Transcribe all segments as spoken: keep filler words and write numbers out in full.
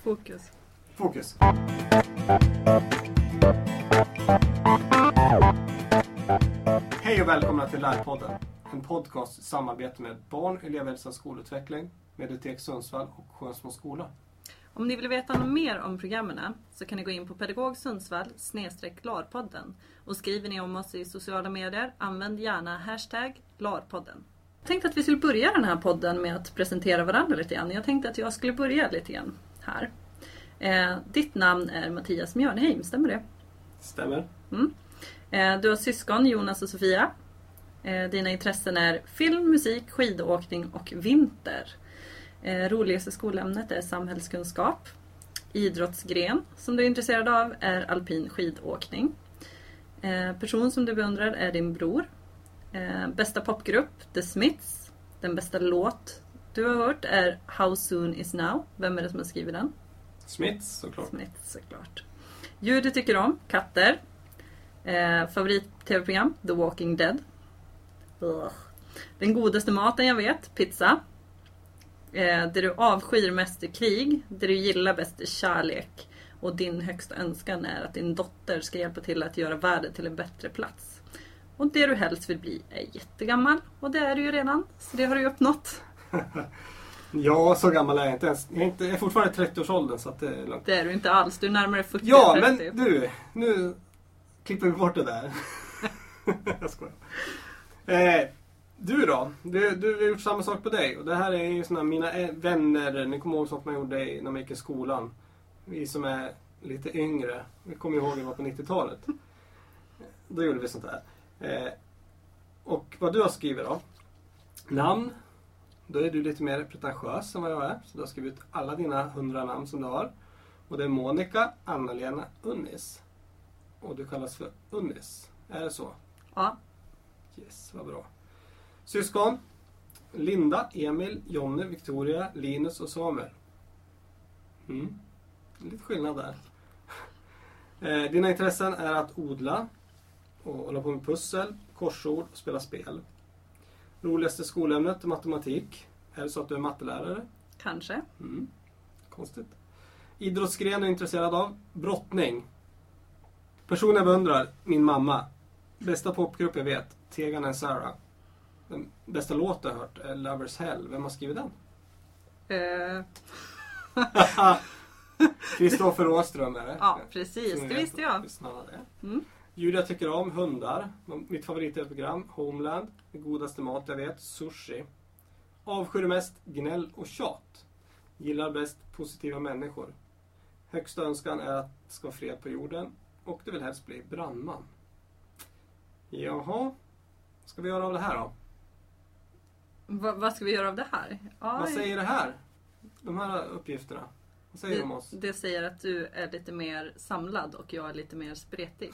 Fokus. Fokus. Hej och välkomna till Lärpodden. En podcast i samarbete med Barn, elevhälsa och skolutveckling, Medietek Sundsvall och Sjönsmo skola. Om ni vill veta något mer om programmen så kan ni gå in på Pedagog Sundsvall snedstreck larpodden. Och skriver ni om oss i sociala medier, använd gärna hashtag larpodden. Jag tänkte att vi skulle börja den här podden med att presentera varandra lite grann. Jag tänkte att jag skulle börja lite grann här. Eh, ditt namn är Mattias Mjörnheim, stämmer det? Stämmer. Mm. Eh, du har syskon Jonas och Sofia. Eh, dina intressen är film, musik, skidåkning och vinter. Eh, roligaste skolämnet är samhällskunskap. Idrottsgren som du är intresserad av är alpin skidåkning. Eh, person som du beundrar är din bror. Eh, bästa popgrupp, The Smiths. Den bästa låt du har hört är How Soon Is Now. Vem är det som har skrivit den? Smiths såklart. Smiths såklart. Djur du tycker om, katter. Eh, favorit-tv-program, The Walking Dead. Ugh. Den godaste maten jag vet, pizza. Eh, det du avskyr mest är krig. Det du gillar bäst är kärlek. Och din högsta önskan är att din dotter ska hjälpa till att göra världen till en bättre plats. Och det du helst vill bli är jättegammal. Och det är du ju redan. Så det har du ju uppnått. Ja, så gammal är jag inte ens. Jag är, inte, jag är fortfarande i trettioårsåldern så att det är lugnt. Det är du inte alls. Du är närmare fyrtio. Ja, trettio. Men du. Nu klipper vi bort det där. Jag skojar. Eh, du då? Du, du har gjort samma sak på dig. Och det här är ju såna mina vänner. Ni kommer ihåg sånt man gjorde när man gick i skolan. Vi som är lite yngre. Vi kommer ihåg det var på nittiotalet. Då gjorde vi sånt här. Eh, och vad du har skrivit då? Namn. Då är du lite mer pretentiös än vad jag är. Så du har skrivit ut alla dina hundra namn som du har. Och det är Monica, Anna-Lena, Unnis. Och du kallas för Unnis. Är det så? Ja. Yes, vad bra. Syskon. Linda, Emil, Jonny, Victoria, Linus och Samuel. Mm. Lite skillnad där. Eh, dina intressen är att odla. Och hålla på med pussel, korsord och spela spel. Roligaste skolämnet är matematik. Är det så att du är mattelärare? Kanske. Mm. Konstigt. Idrottsgren är intresserad av. Brottning. Personen jag beundrar, min mamma. Bästa popgrupp jag vet, Tegan and Sarah. Den bästa låt jag har hört är Lovers Hell. Vem har skrivit den? Kristoffer uh. Åström är det. Ja, precis. Det visste jag. Mm. Julia tycker om hundar. Mitt favoritprogram, Homeland. Det godaste mat jag vet, sushi. Avskyr mest gnäll och tjat. Gillar bäst positiva människor. Högsta önskan är att det ska vara fred på jorden. Och det vill helst bli brandman. Jaha. Vad ska vi göra av det här då? Va, vad ska vi göra av det här? Aj. Vad säger det här? De här uppgifterna. Vad säger det, de om oss? Det säger att du är lite mer samlad och jag är lite mer spretig.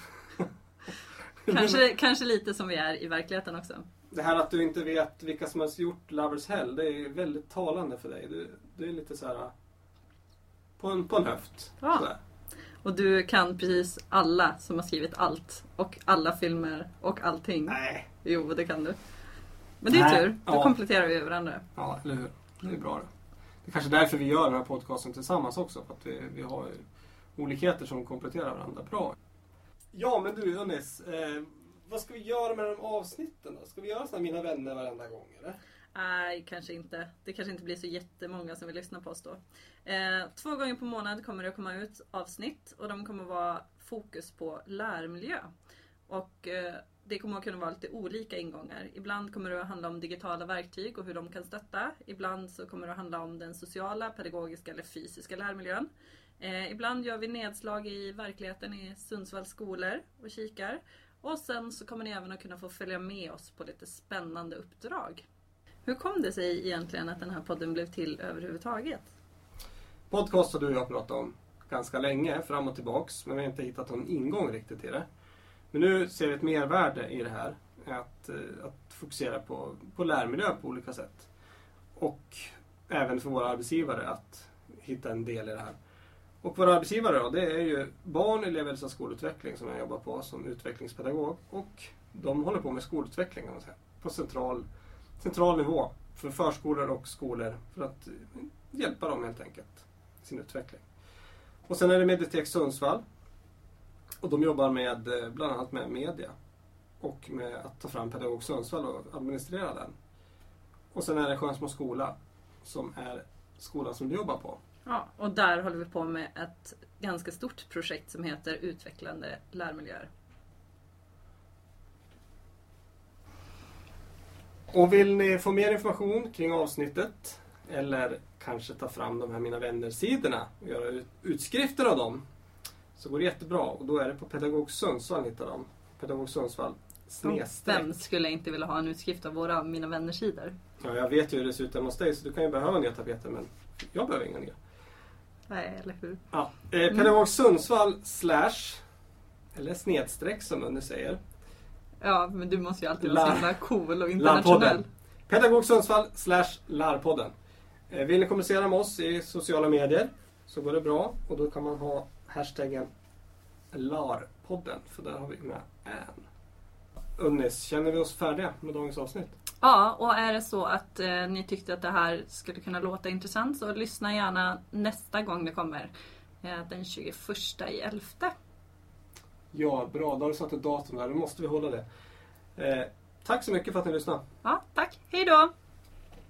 kanske, kanske lite som vi är i verkligheten också. Det här att du inte vet vilka som har gjort Lovers Hell, det är väldigt talande för dig. Du, du är lite så här på en, på en höft. Ja. Sådär. Och du kan precis alla som har skrivit allt. Och alla filmer och allting. Nej. Jo, det kan du. Men det är Nej. tur. Då Ja. kompletterar vi varandra. Ja, eller hur? Det är bra det. Det är kanske därför vi gör den här podcasten tillsammans också. För att vi, vi har olikheter som kompletterar varandra bra. Ja, men du Unnis. Eh, vad ska vi göra med de avsnitten då? Ska vi göra sådana Mina vänner varenda gång, eller? Nej, kanske inte. Det kanske inte blir så jättemånga som vill lyssna på oss då. Eh, två gånger på månad kommer det att komma ut avsnitt. Och de kommer att vara fokus på lärmiljö. Och eh, det kommer att kunna vara lite olika ingångar. Ibland kommer det att handla om digitala verktyg och hur de kan stötta. Ibland så kommer det att handla om den sociala, pedagogiska eller fysiska lärmiljön. Eh, ibland gör vi nedslag i verkligheten i Sundsvalls skolor och kikar. Och sen så kommer ni även att kunna få följa med oss på lite spännande uppdrag. Hur kom det sig egentligen att den här podden blev till överhuvudtaget? Podcast har du och jag pratat om ganska länge, fram och tillbaks. Men vi har inte hittat någon ingång riktigt i det. Men nu ser vi ett mervärde i det här. Att, att fokusera på, på lärmiljö på olika sätt. Och även för våra arbetsgivare att hitta en del i det här. Och våra arbetsgivare då, det är ju barn, elevhälsa och skolutveckling som jag jobbar på som utvecklingspedagog. Och de håller på med skolutveckling kan man säga, på central, central nivå för förskolor och skolor för att hjälpa dem helt enkelt i sin utveckling. Och sen är det Medietek Sundsvall. Och de jobbar med bland annat med media. Och med att ta fram Pedagog Sundsvall och administrera den. Och sen är det Skönsmo skola som är skolan som du jobbar på. Ja, och där håller vi på med ett ganska stort projekt som heter Utvecklande lärmiljöer. Och vill ni få mer information kring avsnittet eller kanske ta fram de här Mina vänner-sidorna och göra utskrifter av dem, så går det jättebra. Och då är det på Pedagog Sundsvall hittar de. Pedagog Sundsvall snedstreck. Vem skulle inte vilja ha en utskrift av våra Mina vänner-sidor? Ja, jag vet ju hur det ser ut hos dig, så du kan ju behöva nya tapeter, men jag behöver inga nya. Nej, eller hur? Ja, eh, Pedagog Sundsvall slash, eller snedstreck som Unni säger. Ja, men du måste ju alltid vara så himla cool och internationell. Larpodden. Pedagog Sundsvall slash Larpodden. Eh, vill ni kommunicera med oss i sociala medier så går det bra. Och då kan man ha hashtaggen Larpodden, för där har vi med en. Unnis, känner vi oss färdiga med dagens avsnitt? Ja, och är det så att eh, ni tyckte att det här skulle kunna låta intressant, så lyssna gärna nästa gång det kommer. Eh, den tjugoförsta i elfte. Ja, bra. Då har du satt ett datum där. Då måste vi hålla det. Eh, tack så mycket för att ni lyssnade. Ja, tack. Hej då!